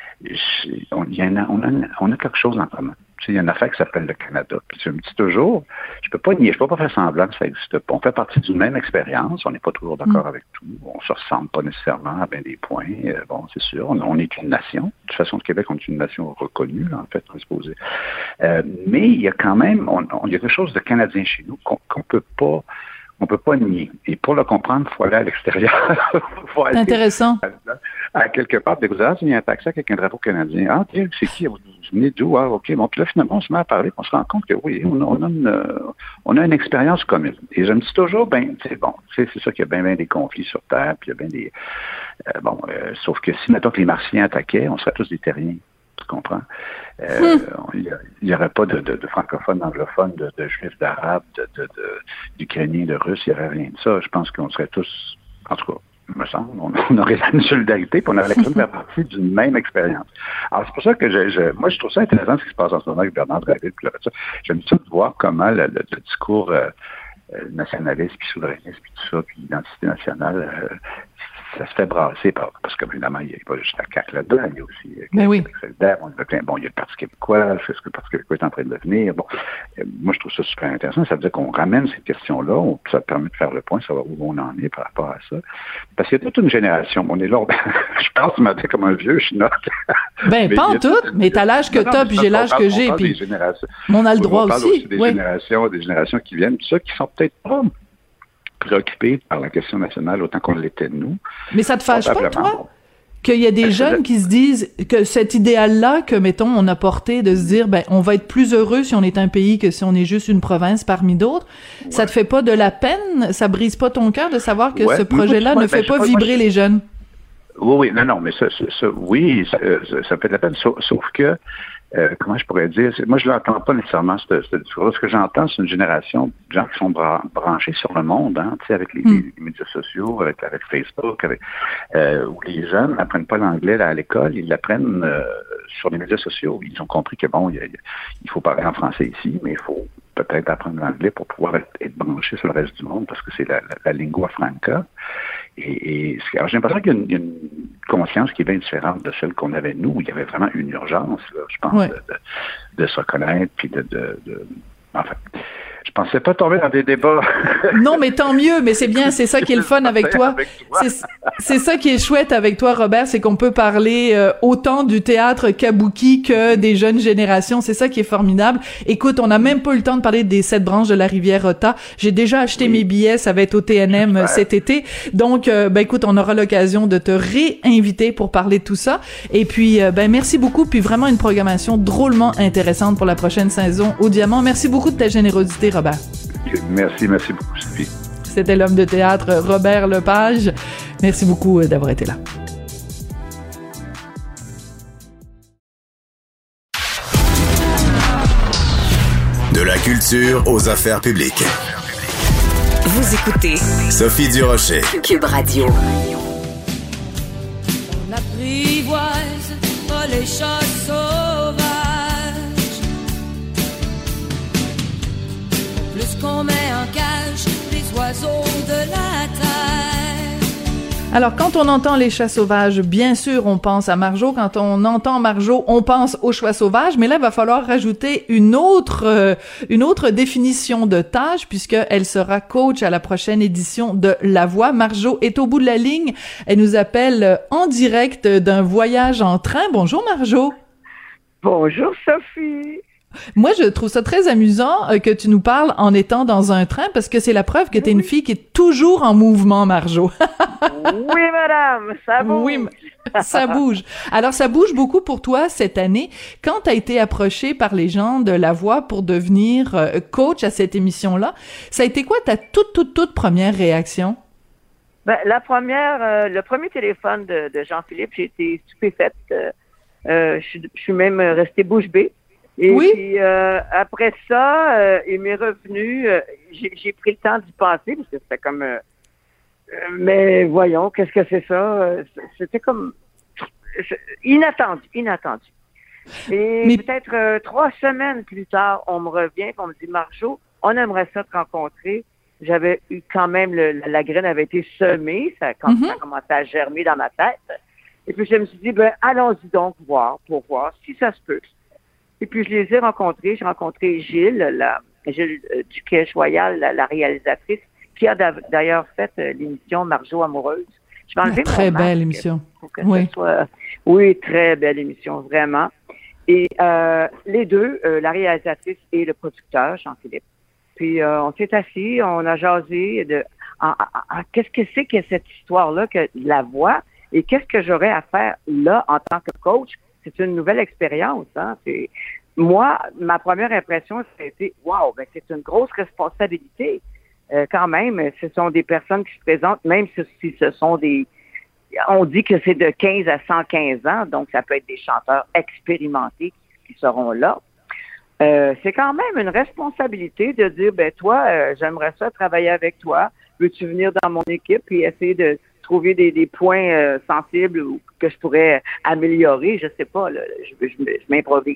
on a quelque chose en commun. Tu sais, il y a une affaire qui s'appelle le Canada. Puis tu me dis toujours, je peux pas nier, je peux pas faire semblant que ça n'existe pas. On fait partie d'une même expérience, on n'est pas toujours d'accord avec tout, on se ressemble pas nécessairement à bien des points. Bon, c'est sûr, on est une nation. De toute façon, le Québec, on est une nation reconnue, en fait, on est supposé. Mais il y a quand même, il y a quelque chose de canadien chez nous qu'on peut pas nier. Et pour le comprendre, il faut aller à l'extérieur. C'est intéressant. À quelque part, il y a un taxi avec un drapeau canadien. Ah, tiens, c'est qui? Vous venez d'où? Ah, OK. Bon, puis là, finalement, on se met à parler, on se rend compte que oui, on a une expérience commune. Et je me dis toujours, c'est bon, c'est ça qu'il y a bien des conflits sur Terre, puis il y a bien des... sauf que si, mettons que les Martiens attaquaient, on serait tous des terriens. Tu comprends? Il n'y aurait pas de francophones, d'anglophones, de juifs, d'arabes, d'Ukrainiens, de Russes, il n'y aurait rien de ça. Je pense qu'on serait tous, en tout cas, il me semble, on aurait une solidarité, puis on aurait l'impression de faire partie d'une même expérience. Alors, c'est pour ça que moi, je trouve ça intéressant ce qui se passe en ce moment avec Bernard Drinville, puis là, j'aime ça de voir comment le discours nationaliste, puis souverainiste, puis tout ça, puis l'identité nationale, ça se fait brasser parce que, évidemment, il n'y a pas juste la CAQ là-dedans, il y a aussi solidaire, il y a le Parti québécois, c'est ce que le Parti québécois est en train de devenir. Bon, moi, je trouve ça super intéressant. Ça veut dire qu'on ramène cette question-là, ça permet de faire le point, savoir où on en est par rapport à ça. Parce qu'il y a toute une génération. On est là, je pense ce matin comme un vieux schnock. Pas en tout, mais t'as l'âge que t'as, puis j'ai l'âge que j'ai, puis on a le droit aussi. Des générations qui viennent, tout ça, qui sont peut-être pas préoccupés par la question nationale autant qu'on l'était de nous. Mais ça te fâche pas, toi, qu'il y a des jeunes qui se disent que cet idéal-là que, mettons, on a porté de se dire, on va être plus heureux si on est un pays que si on est juste une province parmi d'autres, ça te fait pas de la peine? Ça brise pas ton cœur de savoir que ce projet-là ne fait pas vibrer les jeunes? Oui, non, mais ça fait de la peine, sauf que comment je pourrais dire, moi je l'entends pas nécessairement ce discours. Ce que j'entends, c'est une génération de gens qui sont branchés sur le monde, hein, tu sais, avec les médias sociaux, avec Facebook, où les jeunes n'apprennent pas l'anglais à l'école, ils l'apprennent sur les médias sociaux. Ils ont compris que bon, il faut parler en français ici, mais il faut peut-être apprendre l'anglais pour pouvoir être branché sur le reste du monde parce que c'est la lingua franca. Alors j'ai l'impression qu'il y a une conscience qui est bien différente de celle qu'on avait nous, où il y avait vraiment une urgence, là, je pense, de se reconnaître, puis enfin. Je pensais pas tomber dans des débats. Non, mais tant mieux, mais c'est bien, c'est ça qui est le fun avec toi. C'est ça qui est chouette avec toi, Robert, c'est qu'on peut parler autant du théâtre kabuki que des jeunes générations. C'est ça qui est formidable. Écoute, on n'a même pas eu le temps de parler des 7 branches de la rivière Otta. J'ai déjà acheté mes billets, ça va être au TNM cet été. Donc, écoute, on aura l'occasion de te réinviter pour parler de tout ça. Et puis, merci beaucoup. Puis vraiment une programmation drôlement intéressante pour la prochaine saison au Diamant. Merci beaucoup de ta générosité, Robert. Merci beaucoup, Sophie. C'était l'homme de théâtre Robert Lepage. Merci beaucoup d'avoir été là. De la culture aux affaires publiques. Vous écoutez Sophie Durocher. Cube Radio. On apprivoise pas les chats sauvages. Plus qu'on met en cage les oiseaux de la terre. Alors, quand on entend les chats sauvages, bien sûr, on pense à Marjo. Quand on entend Marjo, on pense aux chats sauvages. Mais là, il va falloir rajouter une autre définition de tâche, puisqu'elle sera coach à la prochaine édition de La Voix. Marjo est au bout de la ligne. Elle nous appelle en direct d'un voyage en train. Bonjour, Marjo. Bonjour, Sophie. Moi, je trouve ça très amusant que tu nous parles en étant dans un train, parce que c'est la preuve que t'es une fille qui est toujours en mouvement, Marjo. Oui, madame, ça bouge. Oui, ça bouge. Alors, ça bouge beaucoup pour toi cette année. Quand t'as été approchée par les gens de La Voix pour devenir coach à cette émission-là, ça a été quoi ta toute première réaction? La première, le premier téléphone de Jean-Philippe, j'ai été stupéfaite. Je suis même restée bouche bée. Et puis après ça, il m'est revenu. J'ai pris le temps d'y penser parce que c'était comme. Mais voyons, qu'est-ce que c'est ça? C'était comme inattendu. Et peut-être 3 semaines plus tard, on me revient et on me dit, Marjo, on aimerait ça te rencontrer. J'avais eu quand même la graine avait été semée, ça a commencé à germer dans ma tête. Et puis je me suis dit, allons-y donc pour voir si ça se peut. Et puis, je les ai rencontrés. J'ai rencontré Gilles Duquet-Joyal, la réalisatrice, qui a d'ailleurs fait l'émission Marjo Amoureuse. Je vais enlever très belle émission. Oui, très belle émission, vraiment. Et les deux, la réalisatrice et le producteur, Jean-Philippe. Puis, on s'est assis, on a jasé de qu'est-ce que c'est que cette histoire-là, que La Voix, et qu'est-ce que j'aurais à faire là en tant que coach. C'est une nouvelle expérience, hein. Moi, ma première impression, ça a été, wow, c'est une grosse responsabilité. Quand même, ce sont des personnes qui se présentent, même si ce sont on dit que c'est de 15 à 115 ans, donc ça peut être des chanteurs expérimentés qui seront là. C'est quand même une responsabilité de dire, toi, j'aimerais ça travailler avec toi. Veux-tu venir dans mon équipe et essayer de trouver des points sensibles que je pourrais améliorer, je sais pas, là, je m'improvise.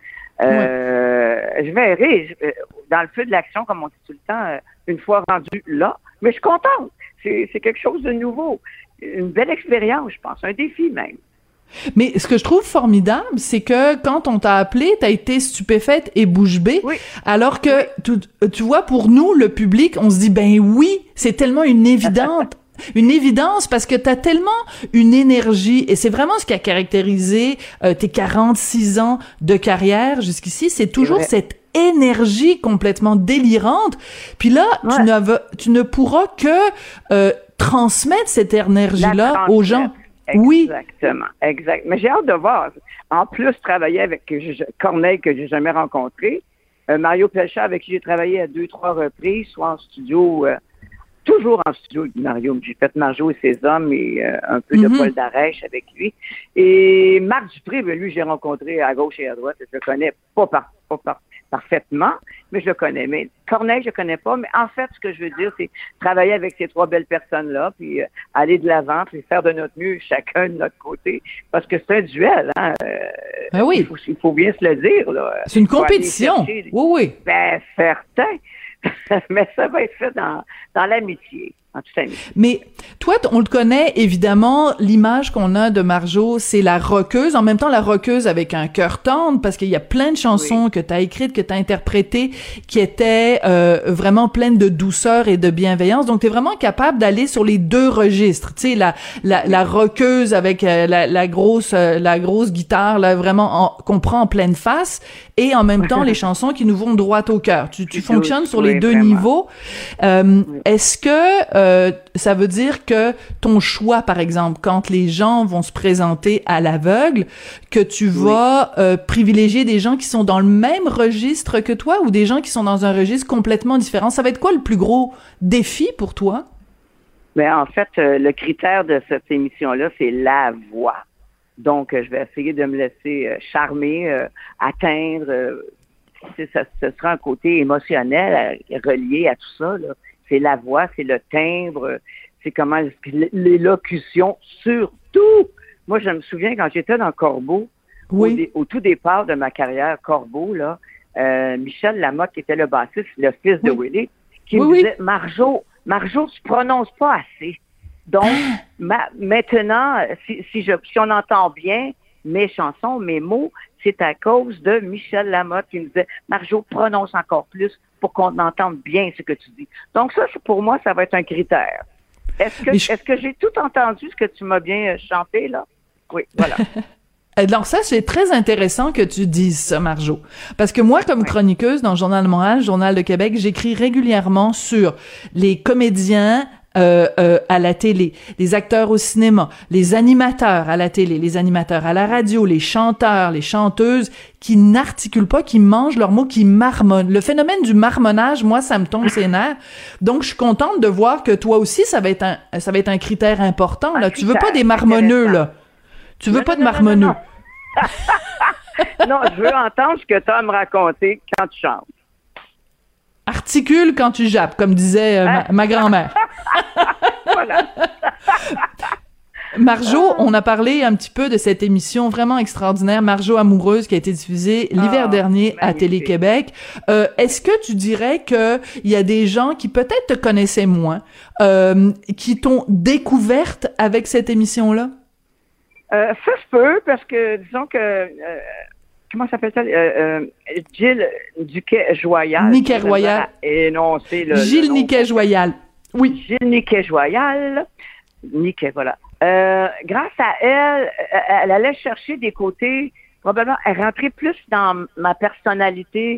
Je verrai dans le feu de l'action, comme on dit tout le temps, une fois rendu là, mais je suis contente. C'est quelque chose de nouveau. Une belle expérience, je pense, un défi même. Mais ce que je trouve formidable, c'est que quand on t'a appelé, t'as été stupéfaite et bouche bée. Oui. Alors que, tu vois, pour nous, le public, on se dit, oui, c'est tellement une évidence parce que t'as tellement une énergie et c'est vraiment ce qui a caractérisé tes 46 ans de carrière jusqu'ici, c'est toujours cette énergie complètement délirante. Puis là, tu ne pourras que transmettre cette énergie-là aux gens. Exactement, exact. Mais j'ai hâte de voir. En plus, travailler avec Corneille que j'ai jamais rencontré, Mario Pelchat avec qui j'ai travaillé à 2-3 reprises, soit en studio. Toujours en studio avec Mario. J'ai fait Marjo et ses hommes et un peu de Paul Darèche avec lui. Et Marc Dupré, lui, j'ai rencontré à gauche et à droite. Je le connais pas parfaitement, mais je le connais. Mais Corneille, je le connais pas. Mais en fait, ce que je veux dire, c'est travailler avec ces 3 belles personnes-là, puis aller de l'avant, puis faire de notre mieux chacun de notre côté. Parce que c'est un duel, hein. Oui. Il faut bien se le dire, là. C'est une compétition. Oui. Certain. Mais ça va être fait dans l'amitié. en toute amitié. Mais toi, on le connaît, évidemment, l'image qu'on a de Marjo, c'est la rockeuse, en même temps la rockeuse avec un cœur tendre, parce qu'il y a plein de chansons que t'as écrites, que t'as interprétées, qui étaient vraiment pleines de douceur et de bienveillance. Donc, t'es vraiment capable d'aller sur les deux registres. Tu sais, la rockeuse avec la grosse guitare, là, vraiment qu'on prend en pleine face, et en même temps les chansons qui nous vont droit au cœur. Tu fonctionnes sur les deux niveaux. Est-ce que ça veut dire que ton choix, par exemple, quand les gens vont se présenter à l'aveugle, que tu vas privilégier des gens qui sont dans le même registre que toi ou des gens qui sont dans un registre complètement différent? Ça va être quoi le plus gros défi pour toi? Ben, en fait, le critère de cette émission-là, c'est la voix. Donc, je vais essayer de me laisser charmer, atteindre. Ce sera un côté émotionnel relié à tout ça, là. C'est la voix, c'est le timbre, c'est comment l'élocution, surtout. Moi, je me souviens quand j'étais dans Corbeau, au tout départ de ma carrière, Corbeau, là, Michel Lamotte, qui était le bassiste, le fils de Willie, qui me disait, Marjo, tu prononces pas assez. Donc, maintenant, si on entend bien mes chansons, mes mots, c'est à cause de Michel Lamotte qui me disait, Marjo, prononce encore plus pour qu'on entende bien ce que tu dis. Donc ça, pour moi, ça va être un critère. Est-ce que j'ai tout entendu ce que tu m'as bien chanté, là? Oui, voilà. Donc ça, c'est très intéressant que tu dises ça, Marjo. Parce que moi, comme chroniqueuse dans le Journal de Montréal, Journal de Québec, j'écris régulièrement sur les comédiens à la télé, les acteurs au cinéma, les animateurs à la télé, les animateurs à la radio, les chanteurs, les chanteuses qui n'articulent pas, qui mangent leurs mots, qui marmonnent. Le phénomène du marmonnage, moi, ça me tombe ses nerfs. Donc, je suis contente de voir que toi aussi, ça va être un critère important, là. Tu veux pas des marmonneux, là. Tu veux pas de marmonneux. Non, je veux entendre ce que tu as à me raconter quand tu chantes. Articule quand tu jappes, comme disait ma grand-mère. Voilà. Marjo, on a parlé un petit peu de cette émission vraiment extraordinaire, Marjo amoureuse, qui a été diffusée l'hiver dernier à Télé-Québec. Est-ce que tu dirais que il y a des gens qui peut-être te connaissaient moins, qui t'ont découverte avec cette émission-là? Ça se peut, parce que disons que comment s'appelle-t-elle? Gilles Niquet-Joyal. Niquet-Royal. Énoncer Gilles Niquet-Joyal. Oui. Gilles Niquet-Joyal. Niquet, voilà. Grâce à elle, elle allait chercher des côtés, probablement, elle rentrait plus dans ma personnalité.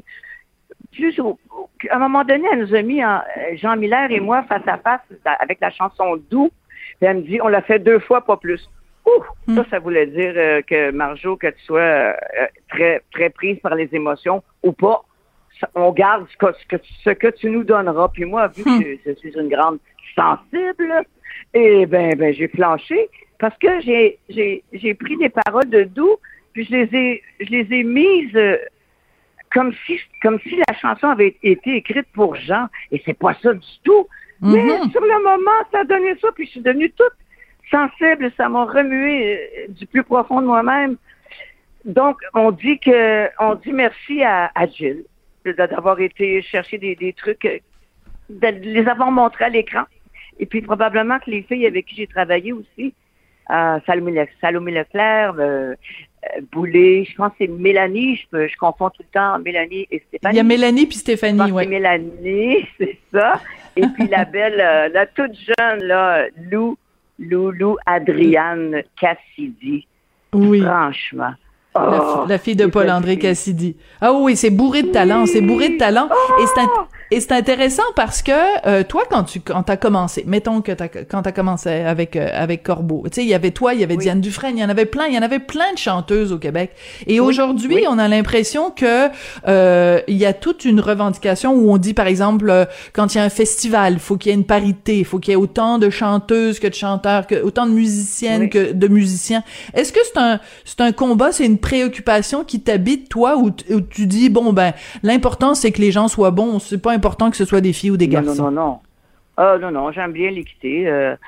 À un moment donné, elle nous a mis, Jean Miller et moi, face à face, avec la chanson Doux. Puis elle me dit, on l'a fait 2 fois, pas plus. Ça voulait dire que Marjo, que tu sois très, très prise par les émotions ou pas, on garde ce que tu nous donneras. Puis moi, vu que je suis une grande sensible, et ben j'ai flanché parce que j'ai pris des paroles de Doux, puis je les ai mises comme si la chanson avait été écrite pour Jean, et c'est pas ça du tout. Mais sur le moment, ça a donné ça, puis je suis devenue toute sensible, ça m'a remué du plus profond de moi-même. Donc, on dit merci à Gilles d'avoir été chercher des trucs, de les avoir montrés à l'écran. Et puis, probablement que les filles avec qui j'ai travaillé aussi, Salomé Leclerc, Boulay, je pense que c'est Mélanie, je confonds tout le temps Mélanie et Stéphanie. Il y a Mélanie puis Stéphanie, oui. C'est Mélanie, c'est ça. Et puis la belle, la toute jeune, là, Loulou Adriane Cassidy. Oui. Franchement. La fille de Paul-André Cassidy. Ah oui, c'est bourré de talent, c'est bourré de talent. Et c'est intéressant parce que toi, quand t'as commencé, mettons que quand t'as commencé avec Corbeau, tu sais, il y avait toi, il y avait Diane Dufresne, il y en avait plein de chanteuses au Québec. Et aujourd'hui, on a l'impression que il y a toute une revendication où on dit, par exemple, quand il y a un festival, il faut qu'il y ait une parité, il faut qu'il y ait autant de chanteuses que de chanteurs, autant de musiciennes que de musiciens. Est-ce que c'est un combat, c'est une préoccupation qui t'habite, toi, où tu dis, bon, ben, l'important, c'est que les gens soient bons, c'est pas important que ce soit des filles ou des garçons. Non. Non, j'aime bien l'équité.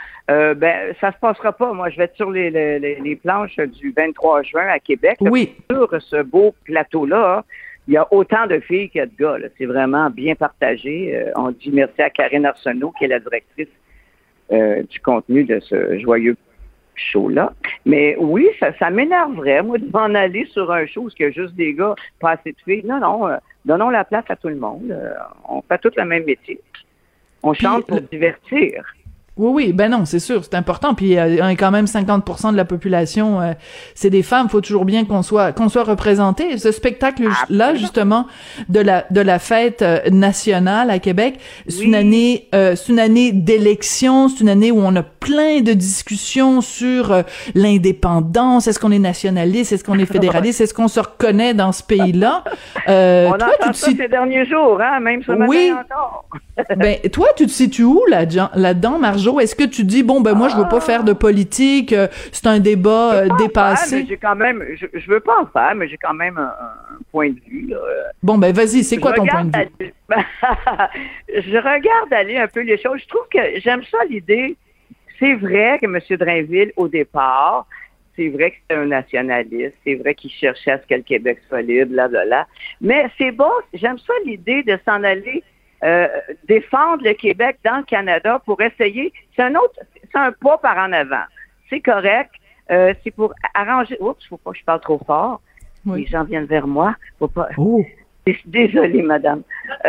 Ça se passera pas. Moi, je vais être sur les planches du 23 juin à Québec. Oui. Sur ce beau plateau-là, il y a autant de filles qu'il y a de gars. Là. C'est vraiment bien partagé. On dit merci à Karine Arsenault, qui est la directrice du contenu de ce joyeux show-là. Mais oui, ça m'énerverait, moi, de m'en aller sur un show où il y a juste des gars, pas assez de filles. Non, donnons la place à tout le monde. On fait tous le même métier. On chante pour divertir. Oui, ben non, c'est sûr, c'est important. Puis quand même 50% de la population, c'est des femmes. Faut toujours bien qu'on soit représenté. Ce spectacle-là, justement, de la fête nationale à Québec, c'est une année d'élection. C'est une année où on a plein de discussions sur l'indépendance. Est-ce qu'on est nationaliste? Est-ce qu'on est fédéraliste? Est-ce qu'on se reconnaît dans ce pays-là? On entend ça ces derniers jours, hein, même ce matin encore. Ben, toi, tu te situes où là-dedans, Marjo? Est-ce que tu dis, bon, ben moi, je veux pas faire de politique, c'est un débat dépassé? J'ai quand même, je veux pas en faire, mais j'ai quand même un point de vue. Là. Bon, ben vas-y, c'est quoi ton point de vue? Je regarde aller un peu les choses. Je trouve que j'aime ça l'idée. C'est vrai que M. Drainville, au départ, c'est vrai que c'est un nationaliste, c'est vrai qu'il cherchait à ce que le Québec soit libre, blablabla. Mais c'est bon, j'aime ça l'idée de s'en aller défendre le Québec dans le Canada pour essayer. C'est un pas par en avant. C'est correct. C'est pour arranger. Oups, faut pas que je parle trop fort. Oui. Les gens viennent vers moi. Faut pas. Oh. Désolée, madame.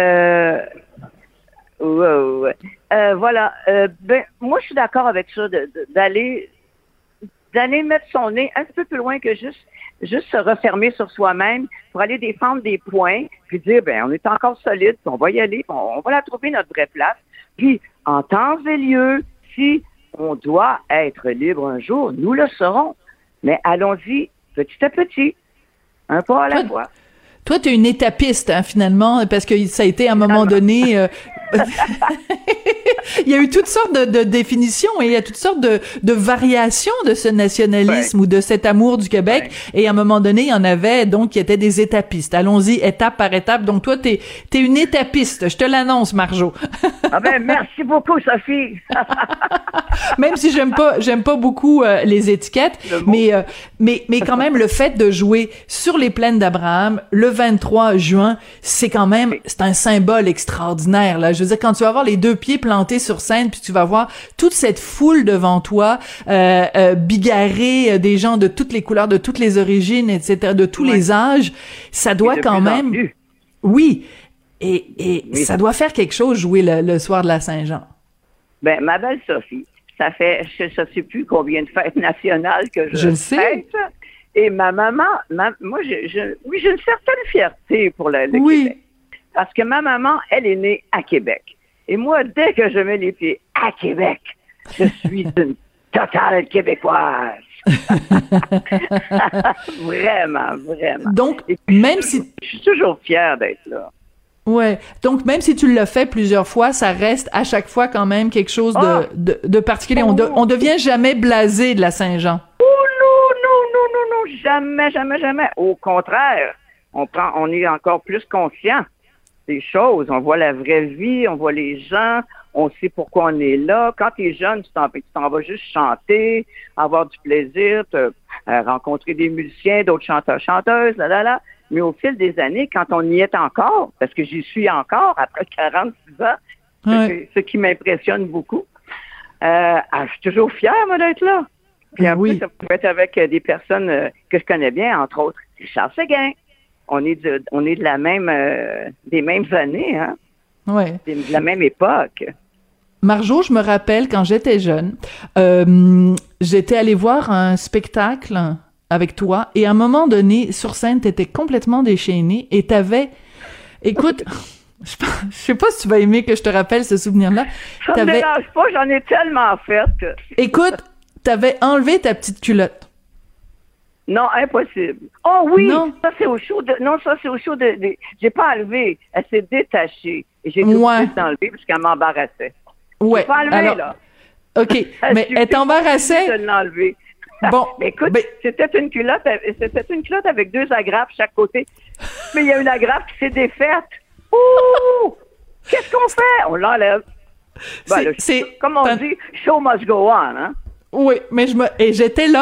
Voilà. Ben, moi, je suis d'accord avec ça d'aller mettre son nez un peu plus loin que juste se refermer sur soi-même pour aller défendre des points, puis dire, ben, on est encore solide, puis on va y aller, puis on va la trouver notre vraie place. Puis, en temps et lieu, si on doit être libre un jour, nous le serons. Mais allons-y petit à petit, un pas à la fois. Toi, t'es une étapiste, hein, finalement, parce que ça a été à un moment donné... il y a eu toutes sortes de définitions et il y a toutes sortes de variations de ce nationalisme ou de cet amour du Québec. Et à un moment donné, il y en avait donc qui étaient des étapistes. Allons-y étape par étape. Donc toi, t'es une étapiste. Je te l'annonce, Marjo. Ah ben merci beaucoup, Sophie. Même si j'aime pas beaucoup les étiquettes, mais quand même le fait de jouer sur les plaines d'Abraham le 23 juin, c'est quand même c'est un symbole extraordinaire là. Je veux dire, quand tu vas avoir les deux pieds plantés sur scène, puis tu vas voir toute cette foule devant toi, bigarrée, des gens de toutes les couleurs, de toutes les origines, etc., de tous les âges, ça doit quand même... Oui, et ça doit faire quelque chose, jouer le soir de la Saint-Jean. Ben, ma belle Sophie, ça fait, je ne sais plus combien de fêtes nationales que je fête. Et ma maman, moi, j'ai une certaine fierté pour le Québec. Parce que ma maman, elle est née à Québec. Et moi, dès que je mets les pieds à Québec, je suis une totale québécoise. Vraiment, vraiment. Donc, je suis toujours fière d'être là. Ouais. Donc, même si tu l'as fait plusieurs fois, ça reste à chaque fois quand même quelque chose de particulier. On devient jamais blasé de la Saint-Jean. Oh non, jamais, jamais, jamais. Au contraire, on est encore plus conscient des choses. On voit la vraie vie, on voit les gens, on sait pourquoi on est là. Quand tu es jeune, tu t'en vas juste chanter, avoir du plaisir, rencontrer des musiciens, d'autres chanteurs, chanteuses, là. Mais au fil des années, quand on y est encore, parce que j'y suis encore après 46 ans, ce qui m'impressionne beaucoup, je suis toujours fière, moi, d'être là. Puis après, ça peut être avec des personnes que je connais bien, entre autres Richard Séguin. On est de la même des mêmes années, hein? Ouais. De la même époque. Marjo, je me rappelle quand j'étais jeune, j'étais allée voir un spectacle avec toi et à un moment donné, sur scène, t'étais complètement déchaînée et t'avais... Écoute, je sais pas si tu vas aimer que je te rappelle ce souvenir-là. Ça me dérange pas, j'en ai tellement fait que... Écoute, t'avais enlevé ta petite culotte. Non, impossible. Oh oui, non. Ça c'est au show de... J'ai pas enlevé, elle s'est détachée. Et j'ai tout enlevé parce qu'elle m'embarrassait. Ouais. J'ai pas enlevé, là. OK, mais elle t'embarrassait? De l'enlever. Bon. Mais écoute, c'était une culotte avec 2 agrafes chaque côté. Mais il y a une agrafe qui s'est défaite. Ouh! Qu'est-ce qu'on fait? On l'enlève. Ben, comme on dit, show must go on, hein? Oui, mais j'étais là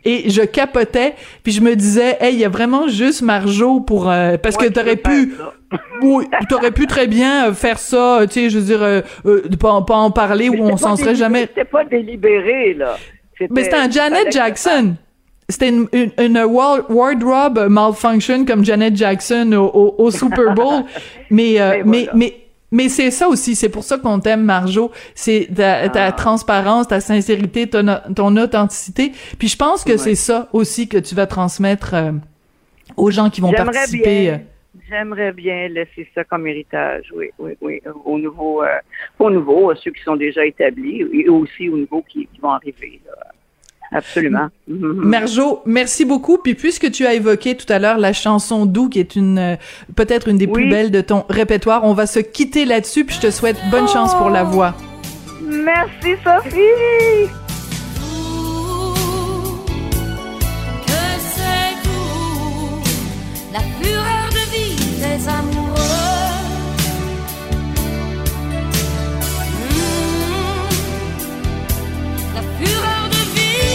et je capotais, puis je me disais, hey, il y a vraiment juste Marjo pour parce que t'aurais pu très bien faire ça, tu sais, je veux dire, pas en parler ou on s'en serait jamais. C'était pas délibéré, là. Mais c'était un Janet Jackson. C'était une wardrobe malfunction comme Janet Jackson au Super Bowl. Mais c'est ça aussi. C'est pour ça qu'on t'aime, Marjo. C'est ta transparence, ta sincérité, ton authenticité. Puis je pense que c'est ça aussi que tu vas transmettre aux gens qui vont participer. J'aimerais bien laisser ça comme héritage, oui, aux nouveaux, à ceux qui sont déjà établis, et aussi aux nouveaux qui vont arriver, là. Absolument. Marjo, merci beaucoup. Puis puisque tu as évoqué tout à l'heure la chanson Doux, qui est peut-être une des plus belles de ton répertoire, on va se quitter là-dessus, puis je te souhaite bonne chance pour la voix. Merci, Sophie! Que c'est doux, la fureur de vie des amoureux. La fureur de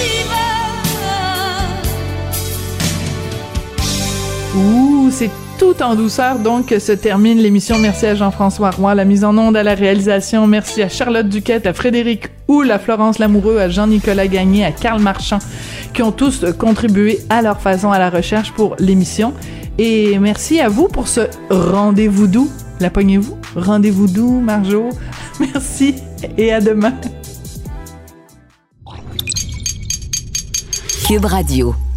Ouh, c'est tout en douceur donc que se termine l'émission. Merci à Jean-François Roy, la mise en onde, à la réalisation. Merci à Charlotte Duquette, à Frédéric Houle, à Florence Lamoureux, à Jean-Nicolas Gagné, à Karl Marchand, qui ont tous contribué à leur façon à la recherche pour l'émission. Et merci à vous pour ce rendez-vous doux. La pognez-vous? Rendez-vous doux, Marjo. Merci et à demain. Cube Radio.